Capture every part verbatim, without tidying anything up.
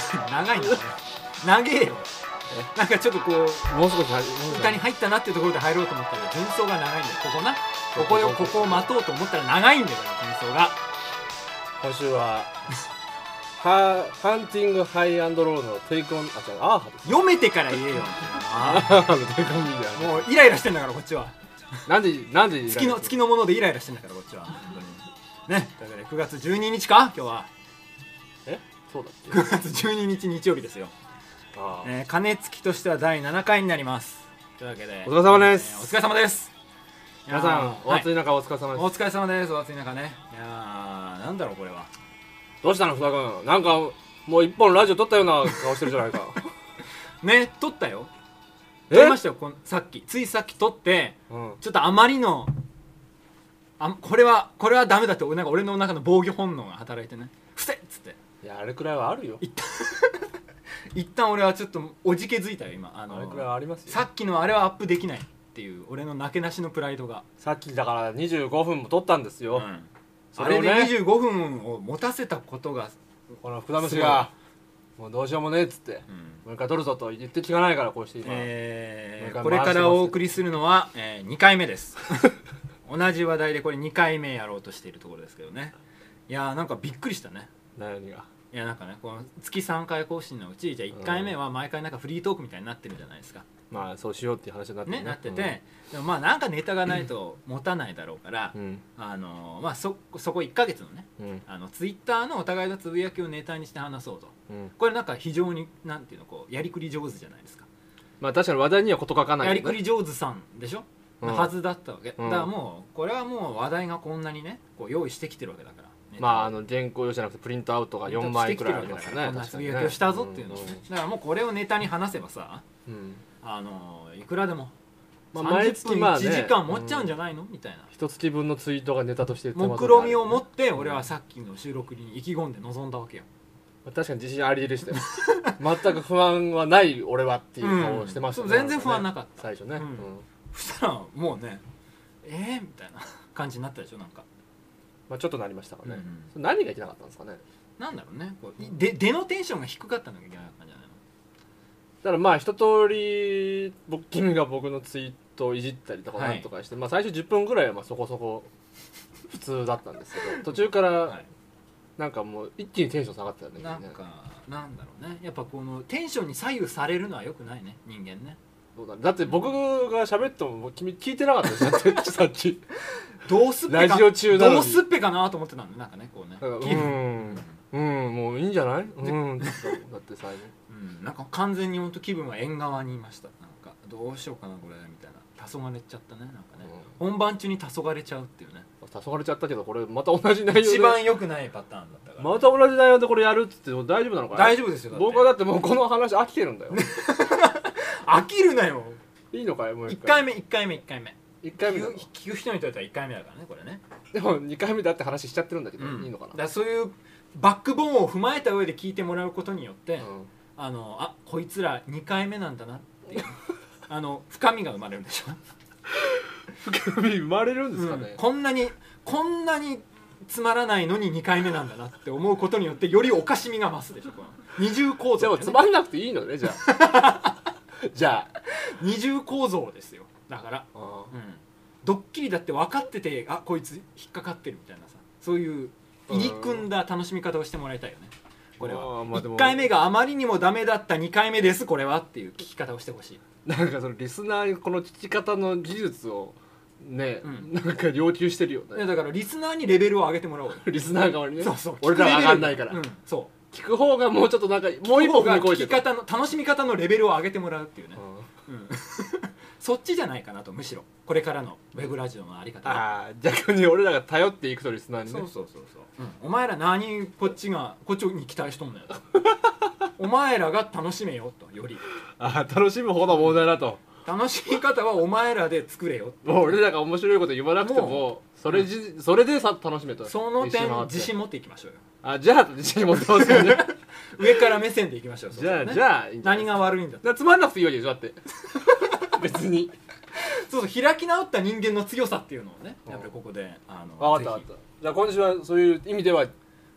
長いんだね長えよ。なんかちょっとこうもう少し歌に入ったなっていうところで入ろうと思ったら前奏が長いんだよ。ここなここよここを待とうと思ったら長いんだよ前奏が。 今週はハハンティングハイアンドローのテイクオンあ違うアーハです。 読めてから言えよアーハのテイクオンミーもうイライラしてんだからこっちは。 なんでなんで月の月のものでイライラしてんだからこっちは本当にね。だからくがつじゅうににちか今日はえそうだっけ。 くがつじゅうににち日曜日ですよ。 あえー、鐘つきとしてはだいななかいになります。というわけでお疲れ様です、 えー、お疲れ様です。 皆さんお暑い中お疲れ様です、 お疲れ様です。お暑い中ね。いやーなんだろうこれは。 どうしたの福田君。なんかもう一本ラジオ撮ったような顔してるじゃないかね撮ったよ。 え撮りましたよこんさっきついさっき撮って、うん、ちょっとあまりのあこれはこれはダメだってなんか俺の中の防御本能が働いてね伏せっつって。 いやあれくらいはあるよ。 一旦一旦俺はちょっとおじけづいたよ今。あのあれくらいはありますよ。 さっきのあれはアップできないっていう俺のなけなしのプライドが。 さっきだからにじゅうごふんも撮ったんですよ、うん、 それをね、あれでにじゅうごふんを持たせたことがこの福田虫がもうどうしようもねえっつって、うん、もう一回撮るぞと言って聞かないからこうして今、 えー、これからお送りするのは、えー、にかいめです同じ話題でこれにかいめやろうとしているところですけどね。いやーなんかびっくりしたね。 何が。 いやなんかねこの月さんかい更新のうちじゃあいっかいめは毎回なんかフリートークみたいになってるじゃないですか、 うん、まあそうしようっていう話になってね、ねなってて、うん、でもまあなんかネタがないと持たないだろうから、うん、あのまあそそこいっかげつのね、うん、あのツイッターのお互いのつぶやきをネタにして話そうと、うん、これなんか非常になんていうのこうやりくり上手じゃないですか。 まあ確かに話題には事欠かない、ね、 やりくり上手さんでしょ、うん、はずだったわけ、うん、だからもうこれはもう話題がこんなにねこう用意してきてるわけだから。 まああの原稿用じゃなくてプリントアウトがよんまいくらいありますね。 こんなつぶやきをしたぞっていうのをね、うんうん、だからもうこれをネタに話せばさ、うん、あのいくらでも、まあ、毎月まあ、ね、いちじかん持っちゃうんじゃないの、うん、みたいな一月分のツイートがネタとして目論みを持って俺はさっきの収録に意気込んで臨んだわけよ。 確かに自信ありでしたよ全く不安はない俺はっていう顔をしてましたね、 うん、全然不安なかった最初ね、うんうん、 そしたらもうねえーみたいな感じになったでしょなんか。 まあ、ちょっとなりましたからね、うんうん、何がいけなかったんですかね。 なんだろうねこうで出のテンションが低かったのがいけなかったんじゃないの。 だからまあ一通り僕君が僕のツイートをいじったりとかなんとかして、はい、まあ最初じゅっぷんぐらいはまあそこそこ普通だったんですけど途中からなんかもう一気にテンション下がってたね。 なんかなんだろうねやっぱこのテンションに左右されるのは良くないね人間ね。 だって僕が喋っても君聞いてなかったですよさっきどうすっぺかラジオ中なのにどうすっぺかなと思ってたんでなんかねこうねうんうんもういいんじゃないうんだって最後、 うん、なんか完全に本当気分は縁側にいました。なんかどうしようかなこれみたいな黄昏れちゃったねなんかね、うん、本番中に黄昏れちゃうっていうね。 黄昏れちゃったけどこれまた同じ内容で一番良くないパターンだったから、ね、 また同じ内容でこれやるって言って大丈夫なのかな。 大丈夫ですよ。 僕はだってもうこの話飽きてるんだよ飽きるなよ。 いいのかいもういっかいめいっかいめいっかいめいっかいめ聞く人にとってはいっかいめだからねこれね。 でもにかいめだって話しちゃってるんだけど、うん、いいのかな。 だからそういうバックボーンを踏まえた上で聞いてもらうことによって、うん、あのあこいつらにかいめなんだなっていうあの深みが生まれるでしょ深み生まれるんですかね、 うん、こんなにこんなにつまらないのににかいめなんだなって思うことによってよりおかしみが増すでしょこの二重構造、ね、 でもつまんなくていいのねじゃあじゃあ二重構造ですよだから、うん、ドッキリだって分かっててあこいつ引っかかってるみたいなさそういう入り組んだ楽しみ方をしてもらいたいよねこれは。いっかいめがあまりにもダメだったにかいめですこれはっていう聞き方をしてほしい。 なんかそのリスナーにこの聞き方の技術をね、うん、なんか要求してるよね。 だからリスナーにレベルを上げてもらおうよリスナー側にね。 そうそう俺ら上がんないから、 うん、そう聞く方がもうちょっとなんかもう一歩踏み越えて聞き方の楽しみ方のレベルを上げてもらうっていうね、うんうん、そっちじゃないかなと。むしろこれからのウェブラジオのあり方はあ逆に俺らが頼っていくとリスナーにね。 そうそうそうそう、うん、お前ら何こっちがこっちに期待しとんのよお前らが楽しめよとよりあ楽しむ方の問題だと。 楽しみ方はお前らで作れよ。 もう俺らが面白いこと言わなくてもそれじ、うん、それでさ楽しめと。 その点自信持っていきましょうよ。 あじゃあ自信持ってますよね上から目線でいきましょう。 じゃあじゃあ何が悪いんだってつまんなくていいわけでしょだって別にそうそう開き直った人間の強さっていうのをねやっぱりここであの分かった分かった。じゃあ今週はそういう意味では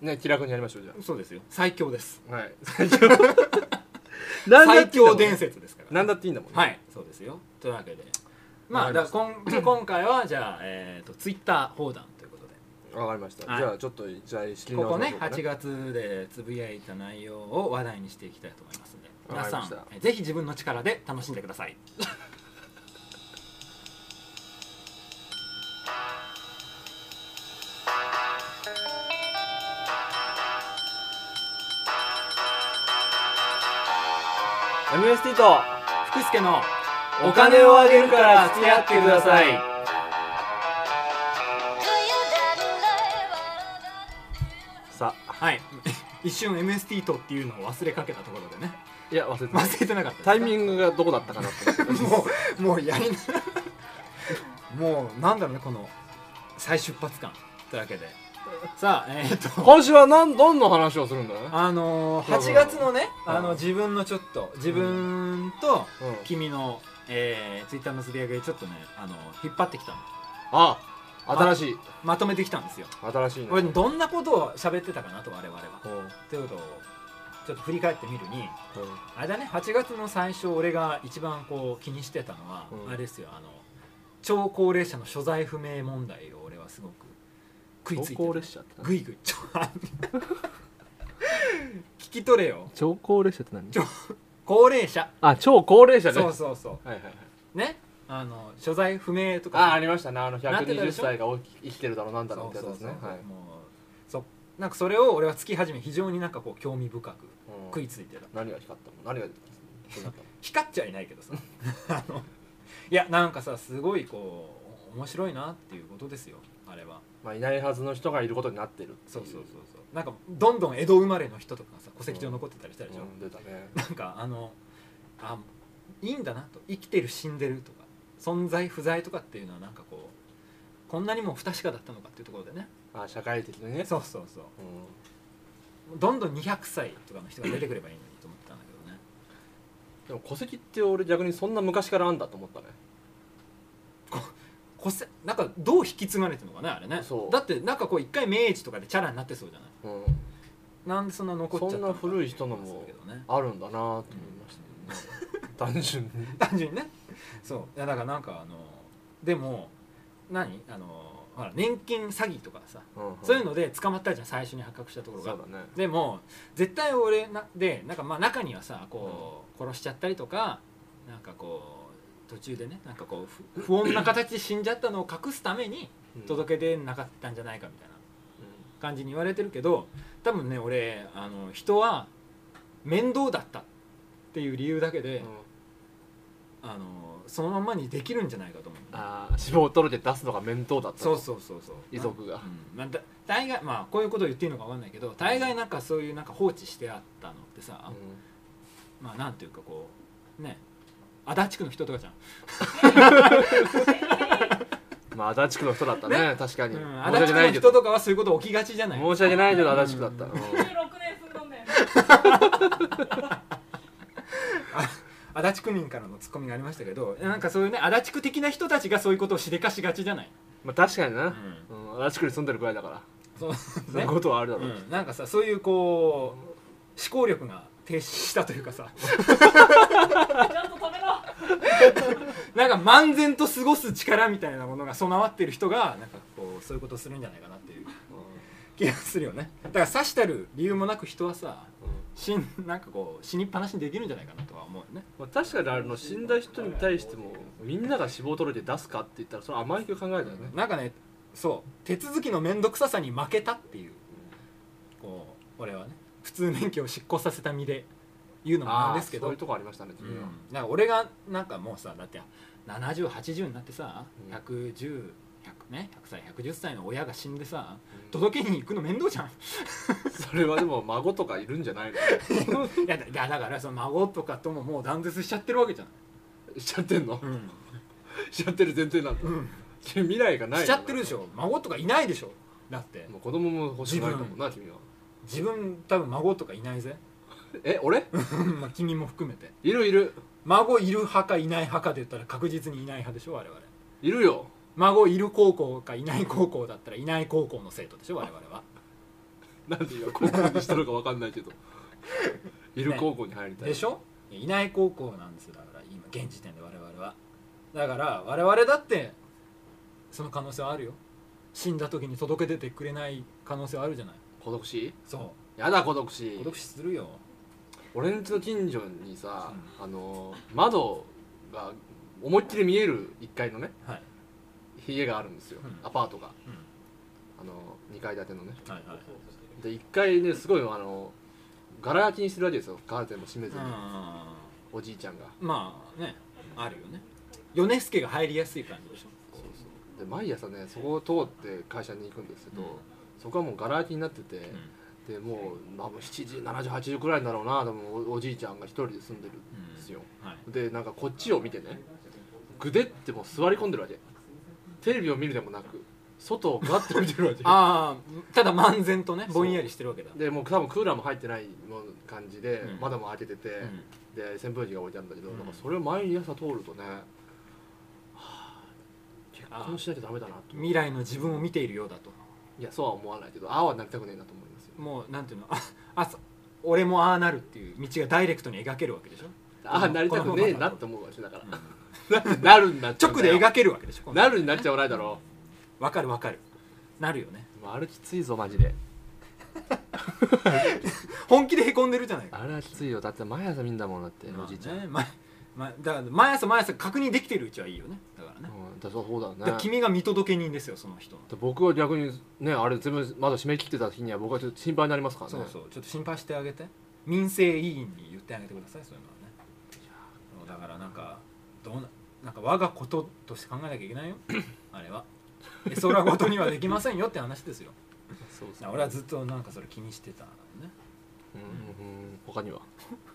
ね気楽にやりましょうじゃそうですよ、最強です。 はい最強最強伝説ですから、 何だっていいんだもんね。 はいそうですよ。というわけでまあだから今今回はじゃあ、えー、とツイッター砲弾ということでわかりました、はい、じゃあちょっとじゃあ仕切りここ直しましょうかねはちがつでつぶやいた内容を話題にしていきたいと思いますので、皆さんえぜひ自分の力で楽しんでください。 エムエスティー と福助のお金をあげるから付き合ってください。さあはい一瞬 エムエスティー とっていうのを忘れかけたところでね。 いや忘れてない忘れてなかったタイミングがどこだったかなってもうもうやりなもうなんだろうねこの再出発感というわけでさあえー、っと今週は何どんな話をするんだね。 あのー、はちがつのね、 うん、 あの自分のちょっと自分とうん君の、えー、ツイッターのつぶやきでちょっとねあの引っ張ってきたの。 あ新しいまとめてきたんですよ。 新しいね。 これどんなことを喋ってたかなと我々は、 うん、 ということをちょっと振り返ってみるに、 うん、 あれだねはちがつの最初俺が一番こう気にしてたのは、うん、あれですよあの超高齢者の所在不明問題を俺はすごく食いついてる。 超高齢者ってグイグイ聞き取れよ。 超高齢者って何？ 超高齢者。 あ超高齢者ね。 そうそうそう、 はいはいはい、 ねあの所在不明とかあありましたね。あのひゃくにじゅっさいが生きてるだろうなんだろうってやつですね。 そうそうそう、はい、もうそなんかそれを俺は月始め非常になんかこう興味深く食いついてた、 うん、何が光ったの？何が光ったの？ 光っちゃいないけどさあのいやなんかさすごいこう面白いなっていうことですよあれは。 まあいないはずの人がいることになってる。 そうそうそうそうなんかどんどん江戸生まれの人とかさ戸籍上残ってたりしたでしょ、 うんうん、出たね。 なんかあのあいいんだなと生きてる死んでるとか存在不在とかっていうのはなんかこうこんなにも不確かだったのかっていうところでね。 あ社会的にね。 そうそうそう、うん、どんどんにひゃくさいとかの人が出てくればいいのにと思ってたんだけどね。 でも戸籍って俺逆にそんな昔からあんだと思ったね。 こせなんかどう引き継がれてるのかねあれね。 そうだってなんかこう一回明治とかでチャラになってそうじゃない、うん、なんでそんな残っちゃったのか。そんな古い人のもあるんだなと思いましたね、うん、単純に単純にね。そういやだからなんかあのでも何あのほら年金詐欺とかさ、うんうん、そういうので捕まったじゃん最初に発覚したところが。 そうだね。 でも絶対俺なでなんかまあ中にはさこう、うん、殺しちゃったりとかなんかこう途中でねなんかこう不穏な形で死んじゃったのを隠すために届け出なかったんじゃないかみたいな感じに言われてるけど、多分ね俺あの人は面倒だったっていう理由だけで、うん、あのそのままにできるんじゃないかと思う。 ああ死亡届出すのが面倒だった。 そうそうそうそう遺族が、 うんまあ、だ大概まあこういうことを言っていいのか分かんないけど大概なんかそういうなんか放置してあったのってさ、うん、まあなんていうかこうね足立区の人とかじゃんまあ足立区の人だったね、ね確かに、うん、 足立区の人とかはそういうこと起きがちじゃない。 申し訳ないけど足立区だった。じゅうろくねん住んどんねん足立区民からのツッコミがありましたけどなんかそういうね足立区的な人たちがそういうことをしでかしがちじゃない。 まあ確かにな、うんうん、足立区に住んでるくらいだからそう、ね、そういうことはあるだろう、うん、 なんかさそういうこう思考力が停止したというかさちゃんと止めろなんか漫然と過ごす力みたいなものが備わってる人がなんかこうそういうことをするんじゃないかなっていう気がするよね。だからさしたる理由もなく人はさ、うん、死んなんかこう死にっぱなしにできるんじゃないかなとは思うよね。 まあ、確かにあの死んだ人に対してもみんなが死亡届出すかって言ったらそれ甘い考えだよね。 なんかねそう手続きの面倒くささに負けたっていう、こう俺はね普通免許を執行させた身で言うのもなんですけど、 そういうとこありましたね、 うん、なんか俺がなんかもうさだってななじゅうはちじゅうになってさ、うん、ひゃくじゅう、ひゃくね、ひゃくさいひゃくじゅっさいの親が死んでさ、うん、届けに行くの面倒じゃんそれはでも孫とかいるんじゃないのいやだ、いやだからその孫とかとももう断絶しちゃってるわけじゃないしちゃってんの、 うん、 しちゃってる前提なんだ、うん、未来がないしちゃってるでしょ。孫とかいないでしょ。だってもう子供も欲しくないと思うな君は。 自分多分孫とかいないぜえ俺まあ君も含めているいる。 孫いる派かいない派かで言ったら確実にいない派でしょ我々。 いるよ。 孫いる高校かいない高校だったらいない高校の生徒でしょ我々は。 なんで今高校にしたのか分かんないけどいる高校に入りたい、 でしょ。いない高校なんですよ。だから今現時点で我々はだから我々だってその可能性はあるよ。死んだ時に届け出てくれない可能性はあるじゃない。 孤独死。 そうやだ孤独死。 孤独死するよ。 俺ん家の近所にさ、うん、あの窓が思いっきり見えるいっかいのね、はい、家があるんですよ、うん、アパートが、うん、あのにかい建てのね、はいはい、でいっかいねすごいあのガラ空きにしてるわけですよ。カーテンも閉めずに、おじいちゃんがまあねあるよね。米助が入りやすい感じでしょ。 そうそうで毎朝ねそこを通って会社に行くんですけど、うん、そこはもうガラ空きになってて、うん、でもう、まあ、しちじしちじはちじくらいになろうな。でも お, おじいちゃんが一人で住んでるんですよ、うんはい、でなんかこっちを見てねぐでってもう座り込んでるわけ。テレビを見るでもなく外をガッと見てるわけああただ漫然とねぼんやりしてるわけだ。 でもう多分クーラーも入ってない感じで、うん、窓も開けてて、うん、で扇風機が置いてあるんだけど、うん、なんかそれを毎朝通るとね、はあ、結婚しなきゃダメだなと。 未来の自分を見ているようだと。 いやそうは思わないけどああはなりたくねえなと思いますよ。 もうなんていうのああ俺もああなるっていう道がダイレクトに描けるわけでしょ。 ああなりたくねえなって思うわけだから、うん、なるんなっちゃう直で描けるわけでしょ。 なるになっちゃわないだろう。わかるわかるなるよね。 あれきついぞマジで本気でへこんでるじゃないか。 あれはきついよ。だって毎朝見んだもんだって、まあね、おじいちゃん、まま、だから毎朝毎朝確認できてるうちはいいよね。だからね、 うん、だそうだね。 だ君が見届け人ですよその人の。 僕は逆にねあれ全部まだ締め切ってた日には僕はちょっと心配になりますからね。 そうそうちょっと心配してあげて。民生委員に言ってあげてください。そういうのはね。だからなんかどうななんか我がこととして考えなきゃいけないよあれは絵空ごとにはできませんよって話ですよ。そうそう俺はずっとなんかそれ気にしてたね。 うんうん他には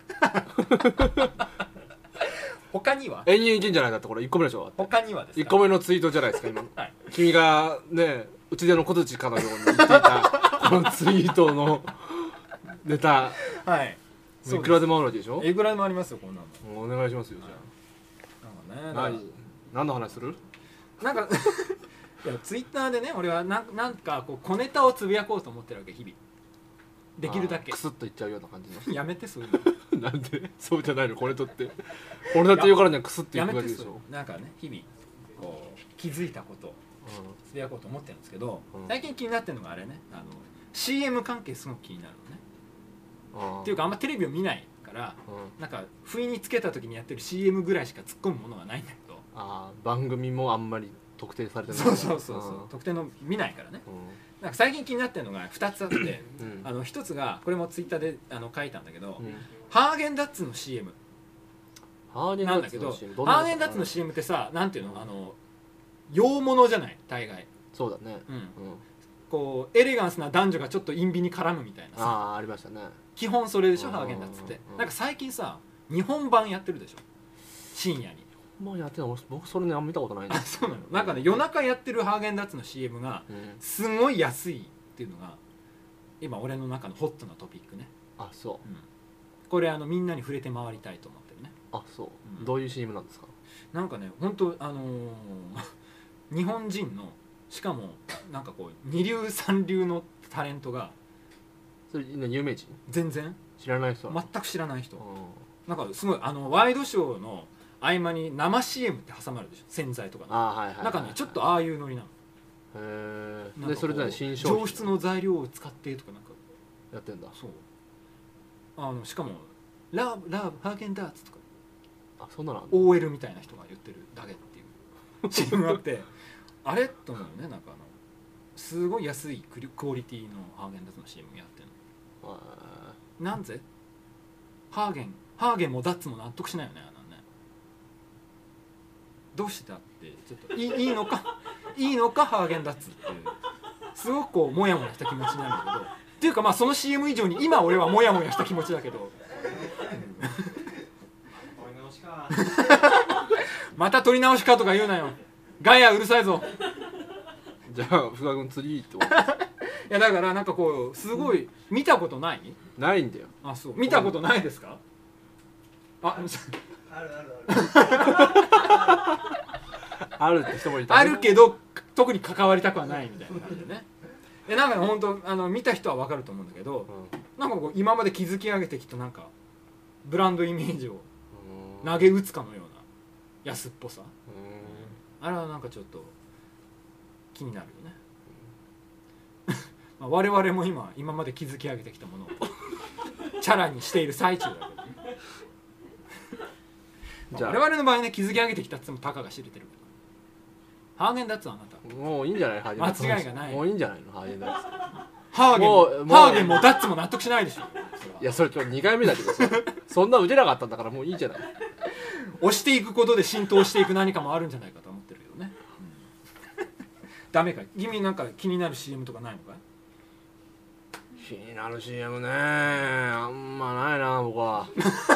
他には延々いけんじゃないだってこれいっこめでしょ。 他にはですか。 いっこめのツイートじゃないですか今の、はい、君がねうちでの小槌かのように言っていたこのツイートのネタはいいくらでもあるわけでしょ。 いくらでもありますよこんなの。お願いしますよ。じゃあ、なんかね、何何の話する？ なんかいやツイッターでね俺はなんなんかこう小ネタをつぶやこうと思ってるわけ日々。できるだけクスッといっちゃうような感じのやめてそういうのなんでそうじゃないのこれとってこれだって言うからにはクスッといくわけでしょ。 なんかね日々こう気づいたことをつぶやこうと思ってるんですけど、うん、最近気になってるのがあれねあの シーエム 関係すごく気になるのね。っていうかあんまテレビを見ないから、うん、なんか不意につけた時にやってる シーエム ぐらいしか突っ込むものがないんだけど。 あ番組もあんまり特定されてない。 そうそうそうそう、うん、特定の見ないからね、うん、なんか最近気になってるのがふたつあって、うん、あのひとつがこれもツイッターであの書いたんだけど、うん、ハーゲンダッツの シーエム なんだけどハーゲンダッツの シーエム ってさなんていうのあの洋物じゃない大概。 そうだね、 うんうん、こうエレガンスな男女がちょっと陰美に絡むみたいなさああありましたね。 基本それでしょハーゲンダッツって。なんか最近さ日本版やってるでしょ深夜に。 まあやってない僕それねあんま見たことないんです。 そうなの。なんかね夜中やってるハーゲンダッツの シーエム がすごい安いっていうのが今俺の中のホットなトピックね。 あそう、うん、 これあのみんなに触れて回りたいと思ってるね。 あそう、うん、どういう シーエム なんですか。 なんかね本当あのー、日本人のしかもなんかこう二流三流のタレントがそれ有名人全然知らない人全く知らない人なんかすごいあのワイドショーの合間に生 シーエム って挟まるでしょ洗剤とかの。 あ、はいはいはいはい、 なんかねちょっとああいうノリなの。 へえ。でそれで新商品上質の材料を使ってとかなんかやってんだ。 そうあのしかもラブラブハーゲンダーツとかあそんなのオーエル みたいな人が言ってるだけっていう シーエム があってあれと思うよね。なんかあのすごい安いクオリティのハーゲンダッツの シーエム やってるの。なんぜハーゲンハーゲンもダッツも納得しないよね。どうしてだってちょっとい い, いいのかいいのかハーゲンダッツってすごくこうモヤモヤした気持ちになるんだけどっていうかまあその シーエム 以上に今俺はモヤモヤした気持ちだけどまた撮り直しかとか言うなよガヤうるさいぞ。 じゃあ福田君釣りって思っていやだからなんかこうすごい見たことないないんだよ。 あそう見たことないですか。ああるあるあるあるって人もいた。 あるけど特に関わりたくはないみたいな感じでねえなんか本当あの見た人は分かると思うんだけど、うん、なんかこう今まで築き上げてきたなんかブランドイメージを投げ打つかのような安っぽさ、あれはなんかちょっと気になるよねまあ我々も今今まで築き上げてきたものをチャラにしている最中だけどねじゃあ我々の場合ね築き上げてきたっつってもたかが知れてるけどハーゲンダッツはあなたもういいんじゃないハーゲンダッツ間違いがないもういいんじゃないのハーゲンダッツハーゲンももハーゲンもダッツも納得しないでしょいやそれ今日にかいめだけどさそんな打てなかったんだからもういいじゃない押していくことで浸透していく何かもあるんじゃないかと思ってるけどね、うん、ダメかい君なんか気になる シーエム とかないのかい気になる シーエム ねあんまないな僕は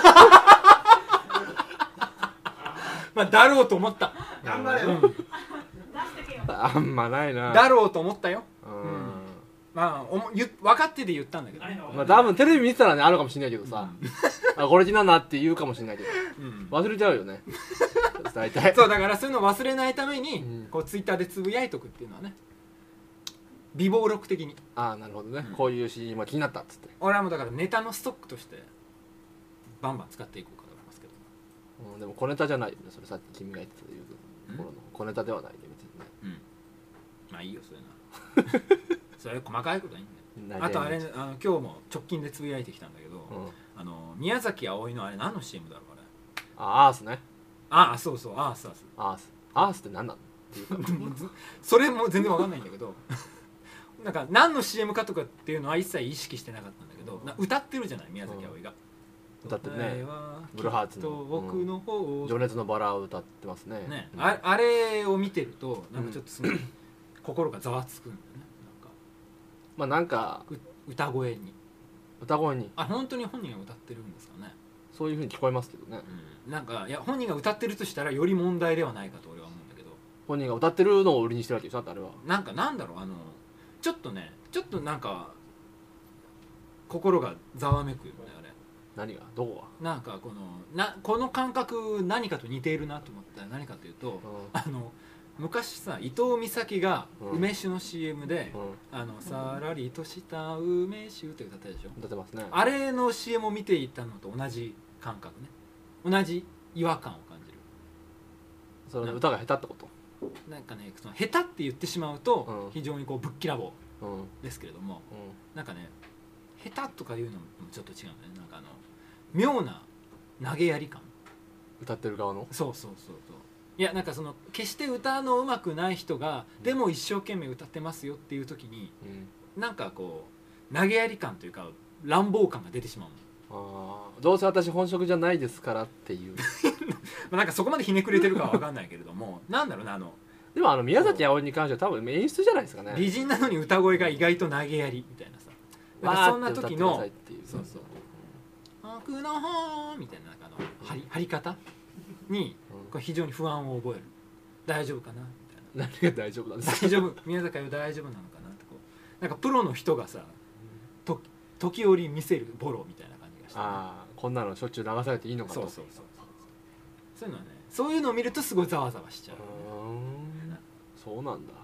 まあだろうと思った頑張れよ、うん、 あんまないなだろうと思ったよ、 うん、 まあおもゆ分かってて言ったんだけど、 まあ多分テレビ見てたらねあるかもしれないけどさ、うん、あこれ気になるなって言うかもしれないけど、うん、忘れちゃうよね大体そうだからそういうの忘れないために、うん、こうツイッターでつぶやいとくっていうのはね備忘録的にああなるほどね、うん、こういう シーエム が気になったっつって俺はもうだからネタのストックとしてバンバン使っていこうかと思いますけど、 うん、でも小ネタじゃないよねそれさっき君が言ってた言うところの小ネタではないね別にね、うん、 まあいいよそれなそれ細かいことはいいんだよあとあれあの今日も直近でつぶやいてきたんだけど、うん、あの宮崎あおいのあれ何の シーエム だろうあれあアースねああそうそうアースアースアースアースって何なのっていうかそれも全然わかんないんだけどなんか何の シーエム かとかっていうのは一切意識してなかったんだけどな歌ってるじゃない宮崎あおいが、 うん、歌ってるねブルーハーツの奥の方、うん、 情熱のバラを歌ってますねね、うん、あ, あれを見てるとなんかちょっとすごい、うん、心がざわつくんだよねなんかまあなんか歌声に歌声にあ本当に本人が歌ってるんですかねそういう風に聞こえますけどね、 うん、なんかいや本人が歌ってるとしたらより問題ではないかと俺は思うんだけど本人が歌ってるのを売りにしてるわけでしょあれはなんかなんだろうあのちょっとねちょっとなんか心がざわめくよねあれ何がどこがなんかこのなこの感覚何かと似ているなと思ったら何かというと、うん、あの昔さ伊藤美咲が梅酒の シーエム で、うん、あのさらりとした梅酒って歌ったでしょ歌ってますねあれの シーエム を見ていたのと同じ感覚ね同じ違和感を感じるそれ歌が下手ってことなんかねその下手って言ってしまうと非常にこうぶっきらぼうですけれども、うん、なんかね下手とかいうのもちょっと違うんだねなんかあの妙な投げやり感歌ってる側のそうそうそうそういやなんかその決して歌の上手くない人が、うん、でも一生懸命歌ってますよっていう時に、うん、なんかこう投げやり感というか乱暴感が出てしまうのあどうせ私本職じゃないですからっていうなんかそこまでひねくれてるかは分かんないけれどもなんだろうなあのでもあの宮崎あおいに関しては多分演出じゃないですかね美人なのに歌声が意外と投げやりみたいなさなんかそんな時のそうそう奥の方みたいななんかあの張り張り方にこれ非常に不安を覚える大丈夫かなみたいな何が大丈夫なんですか大丈夫宮崎あおい大丈夫なのかなってこうなんかプロの人がさと時折見せるボロみたいな感じがして、ね、 ああこんなのしょっちゅう流されていいのかとそうそうそうそうそういうのはねそういうのを見るとすごいざわざわしちゃう、ね、 そうなんだ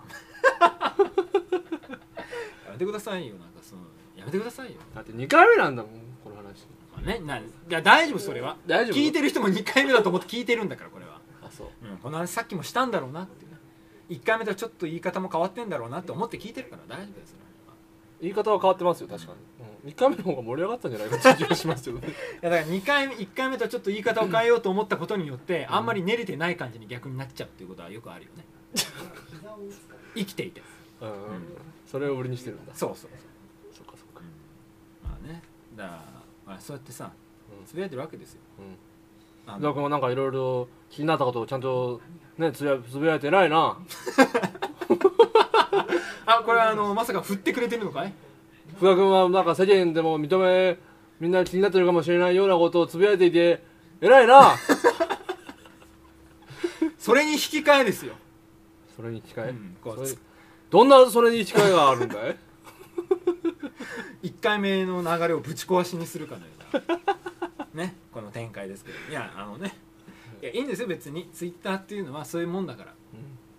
やめてくださいよなんかそのやめてくださいよだってにかいめなんだもんこの話ね、ないや大丈夫それは大丈夫聞いてる人もにかいめだと思って聞いてるんだからこれはあそう、 うん、この話さっきもしたんだろうなってねいっかいめとはちょっと言い方も変わってんだろうなって思って聞いてるから大丈夫ですよ言い方は変わってますよ確かに、うん、いっかいめの方が盛り上がったんじゃないかって気がしますよねいやだからにかいめいっかいめとはちょっと言い方を変えようと思ったことによって、うん、あんまり練れてない感じに逆になっちゃうっていうことはよくあるよね生きていて、 うんうん、それを売りにしてるんだそうそうそうそうかそうか、 うん、まあねだから、まあ、そうやってさつぶやいてるわけですよ、 うん、だからなんかいろいろ気になったことをちゃんとねつぶや、つぶやいてないなあこれはあのまさか振ってくれてるのかい福田君はなんか世間でも認めみんな気になってるかもしれないようなことをつぶやいていて偉いなそれに引き換えですよそれに引き換え、うん、 こうどんなそれに引き換えがあるんだいいっかいめの流れをぶち壊しにするかのようなねこの展開ですけどいやあのねいやいいんですよ別にツイッターっていうのはそういうもんだから、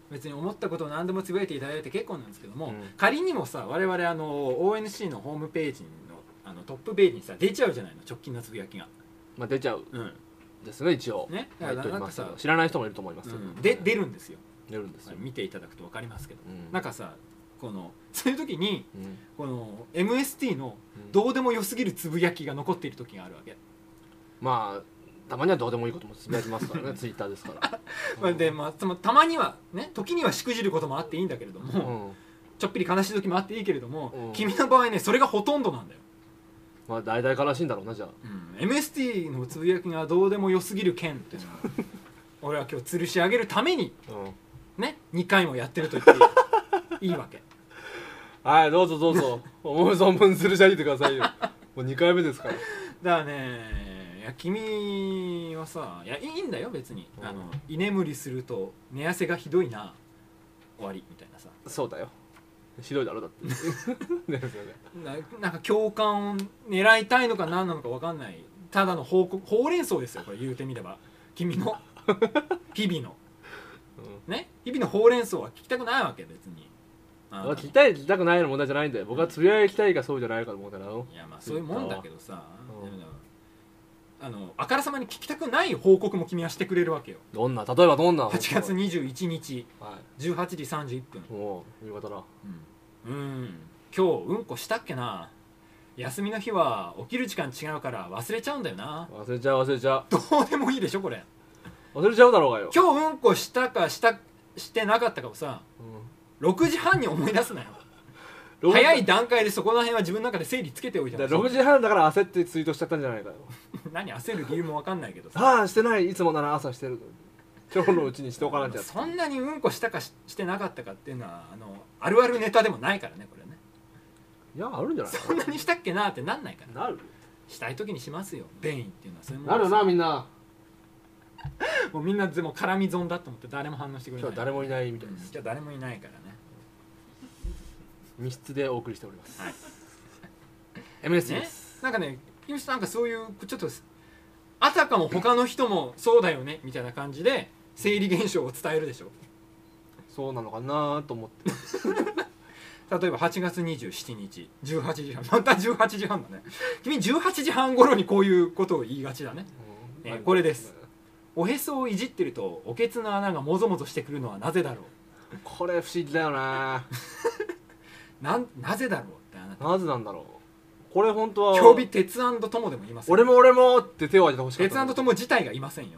別に思ったことを何でもつぶやいていただいて結構なんですけども、 うん、 仮にもさ我々あの オーエヌシー のホームページのあのトップページにさ出ちゃうじゃないの、直近のつぶやきが。 まあ出ちゃううんですね、一応ね、 だからなんかさ知らない人もいると思いますけど、 うん、で出るんですよ。 出るんですよ、 見ていただくと分かりますけど、 うん、 なんかさこのそういう時に、 うん、 この エムエスティー のどうでもよすぎるつぶやきが残っている時があるわけ、 まあたまにはどうでもいいこともつぶやきますからねツイッターですからまあで、まあ、そのたまにはね時にはしくじることもあっていいんだけれども、うん、ちょっぴり悲しい時もあっていいけれども、うん、君の場合ねそれがほとんどなんだよ。 まあ大体悲しいんだろうなじゃあ、 うん、エムエスティー のつぶやきがどうでもよすぎる件っていうのは俺は今日吊るし上げるために、うん、ねにかいもやってると言っていいわけ。 はいどうぞどうぞ思う存分吊るし上げてくださいよもうにかいめですから。だからねいや君はさいやいいんだよ別に、うん、あの居眠りすると寝汗がひどいな終わりみたいなさ。 そうだよひどいだろだってな, なんか共感を狙いたいのか何なのか分かんないただの報告ほうれん草ですよこれ言うてみれば君の日々の、うん、ね日々のほうれん草は聞きたくないわけ別に。 聞きたい聞きたくないの問題じゃないんだよ。僕はつぶやきたいかそうじゃないかの問題なの。 いやまあそういうもんだけどさ、うん、あのあからさまに聞きたくない報告も君はしてくれるわけよ。 どんな例えばどんなはちがつにじゅういちにち、はい、じゅうはちじさんじゅういっぷん。 おう夕方だ。 うん、うん今日うんこしたっけな。休みの日は起きる時間違うから忘れちゃうんだよな。 忘れちゃう忘れちゃう。 どうでもいいでしょこれ。 忘れちゃうだろうがよ。 今日うんこしたかしたしてなかったかをさ、うん、ろくじはんに思い出すなよ。早い段階でそこら辺は自分の中で整理つけておいた。 ろくじはんだから焦ってツイートしちゃったんじゃないかよ何焦る理由も分かんないけどさああしてない、いつもなら朝してる、今日のうちにしておかなきゃそんなにうんこしたか し, してなかったかっていうのはあのあるあるネタでもないからねこれね。 いやあるんじゃないそんなにしたっけなってなんないからなるしたい時にしますよ。便意っていうのはそういうものなるなみんなもうみんなでも絡み損だと思って誰も反応してくれない。 今日誰もいないみたいです、 うん、今日誰もいないからね密室でお送りしております、はい、エムエス です、 ね、なんかね君なんかそういうちょっとあたかも他の人もそうだよねみたいな感じで生理現象を伝えるでしょ。 そうなのかなと思って例えばはちがつにじゅうしちにちじゅうはちじはんまたじゅうはちじはんだね。君じゅうはちじはん頃にこういうことを言いがちだね、うんえー、これです。おへそをいじってるとおけつの穴がもぞもぞしてくるのはなぜだろう。 これ不思議だよなな, なぜだろうってあなたなぜなんだろう。これ本当は今日日鉄&友でもいません。 俺も俺もって手を挙げてほしかった。 鉄&友自体がいませんよ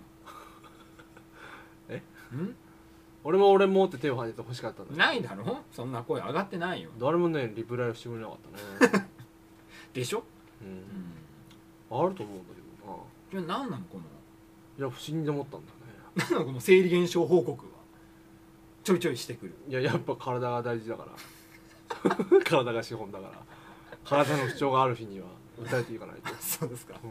えん俺も俺もって手を挙げてほしかったんだ。ないだろそんな声上がってないよ。 誰もねリプライしてくれなかったねでしょ、 うんうん、あると思うんだけどな。 いや何なのこのいや不思議に思ったんだね。 何なのこの生理現象報告はちょいちょいしてくる。 いややっぱ体が大事だから体が資本だから体の不調がある日には訴えていかないとそうですか、うん、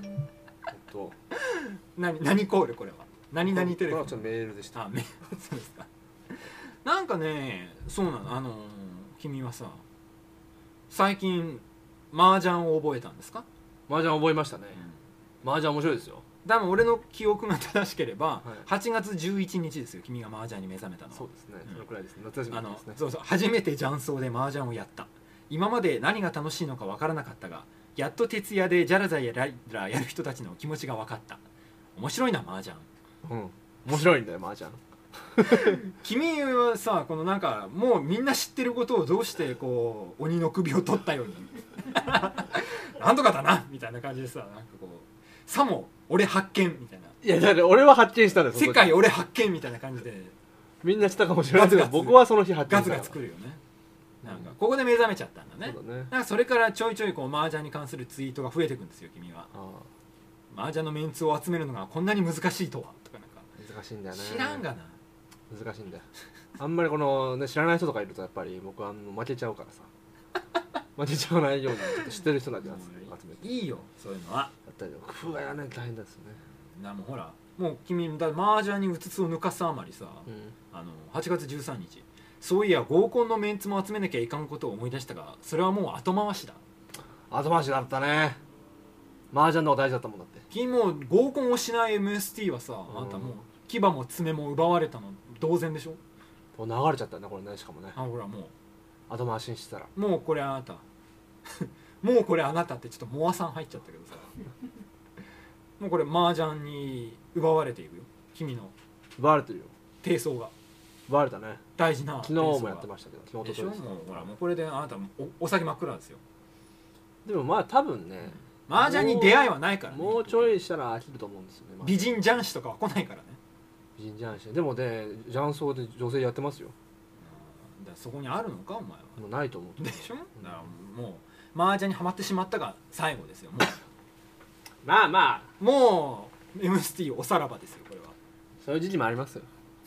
えっと何何コールこれは何々テレビ。 これはちょっとメールでした。 あメールそうですか。なんかねそうなのあのー、君はさ最近麻雀を覚えたんですか。 麻雀覚えましたね、うん、麻雀面白いですよ。 多分俺の記憶が正しければ、はい、はちがつじゅういちにちですよ君が麻雀に目覚めたの。 そうですね、 うん、 そのくらいですね。夏休みですね。 そうそう初めて雀荘で麻雀をやった。今まで何が楽しいのか分からなかったがやっと徹夜でジャラザやララやる人たちの気持ちが分かった。面白いな麻雀。 うん面白いんだよ麻雀君はさこのなんかもうみんな知ってることをどうしてこう鬼の首を取ったようになんとかだなみたいな感じでさなんかこうさも俺発見みたいな。 いやだって俺は発見したんだよ。 世界俺発見みたいな感じでみんな知ったかもしれないけど僕はその日発見した。 ガツガツくるよね。なんかここで目覚めちゃったんだね。 そうだね。 なんかそれからちょいちょいこう麻雀に関するツイートが増えていくんですよ君は。ああ麻雀のメンツを集めるのがこんなに難しいとはとかなんか難しいんだよね。 知らんがな。 難しいんだよあんまりこの、ね、知らない人とかいるとやっぱり僕はあの負けちゃうからさ負けちゃわないようにちょっと知ってる人たち集めていいよそういうのはやったりとか工夫がやらないと大変ですよね。 なもうほらもう君だ麻雀にうつつを抜かすあまりさ、うん、あのはちがつじゅうさんにちそういや合コンのメンツも集めなきゃいかんことを思い出したがそれはもう後回しだ。 後回しだったね。麻雀の方が大事だったもんだって。 君もう合コンをしない エムエスティー はさ、うん、あんたもう牙も爪も奪われたの同然でしょ。 う流れちゃったんだこれね。しかもねあほらも後回しにしてたらうもうこれあなたもうこれあなたってちょっとモアさん入っちゃったけどさもうこれ麻雀に奪われていくよ君の奪われてるよ。 低層が奪われたね。 大事な昨日もやってましたけど昨日でしょ。 とともうほらもうこれであなたおお酒真っ暗ですよ。 でもまあ多分ね麻雀に出会いはないからね。 もうちょいしたら飽きると思うんですよね。 美人雀士とかは来ないからね。 美人雀士でもね雀荘で女性やってますよ。 だからそこにあるのかお前は。 もうないと思う。 でしょ。だからもう麻雀にはまってしまったが最後ですよ。もまあまあうもう エムエスティー おさらばですよこれは。 そういう時期もありますよ。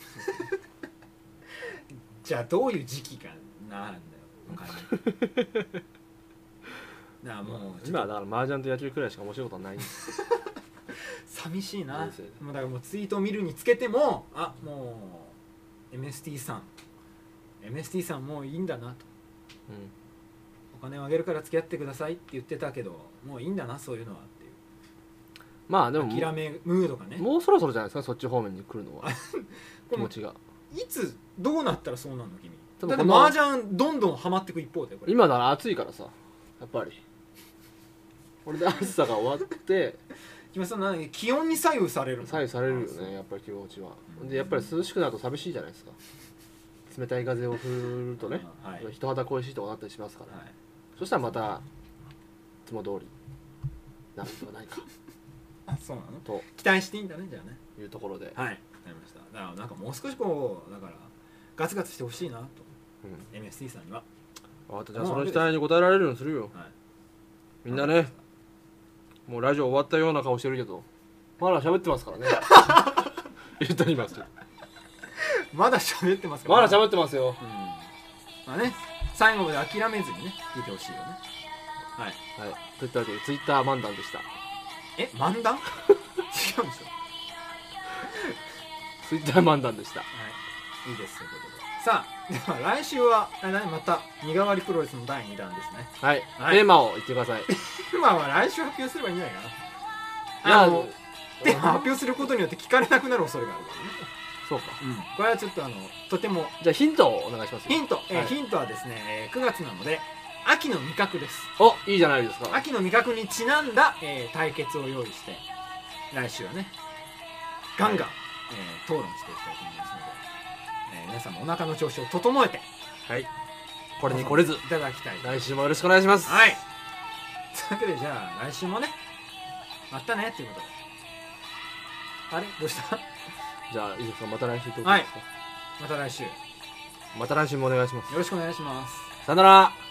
じゃあどういう時期かなんだよだからもう今はだから麻雀と野球くらいしか面白いことはないんです寂しいな。 人生でもうだからもうツイートを見るにつけてもあもう エムエスティー さん エムエスティー さんもういいんだなと、 うんお金をあげるから付き合ってくださいって言ってたけどもういいんだなそういうのはっていうまあでも諦めムードがね。 もうそろそろじゃないですかそっち方面に来るのは気持ちが。 いつどうなったらそうなの君。 多分このだって麻雀どんどんハマっていく一方でこれ今なら暑いからさやっぱりこれで暑さが終わって君さんなんか気温に左右されるの。 左右されるよねやっぱり気持ちは。でやっぱり涼しくなると寂しいじゃないですか。冷たい風を振るとね、 はい人肌恋しいとかなったりしますから、 はい、 そしたらまたいつも通りなるんではないかあそうなのと期待していいんだねじゃあね。 いうところで、 はいわかりました。だからなんかもう少しこうだからガツガツしてほしいなと、 うん、 エムエスティー さんには。 あとじゃあその期待に応えられるようにするよ、 はい、 みんなね。もうラジオ終わったような顔してるけどまだ喋ってますからね言ってありますけどまだ喋ってますからまだ喋ってますよ。 うん、まあね最後まで諦めずにね聞いてほしいよね。はいはいといったわけでツイッター漫談でした。 え漫談違うんですよ。 ツイッター漫談でした。 はいいいですということでさあでは来週はあ何また身代わりプロレスのだいにだんですね。 はい、 はいテーマを言ってください。 まあまあ来週発表すればいいんじゃないかいやな。あのテーマ発表することによって聞かれなくなる恐れがあるからね。 そうか。 これはちょっとあのとてもじゃあヒントをお願いしますよ。 ヒント、えーはいヒントはですね、えーくがつなので秋の味覚です。 おいいじゃないですか。 秋の味覚にちなんだ、えー対決を用意して来週はねガンガン、 はいえー討論していきたいと思いますので、えー皆さんもお腹の調子を整えてはいこれにこれずいただきたい。 来週もよろしくお願いします。 はいというわけでじゃあ来週もねまたねっていうことであれどうしたじゃあいいですかまた来週とはいまた来週よまた来週もお願いします。 ろしくお願いします。 さよなら。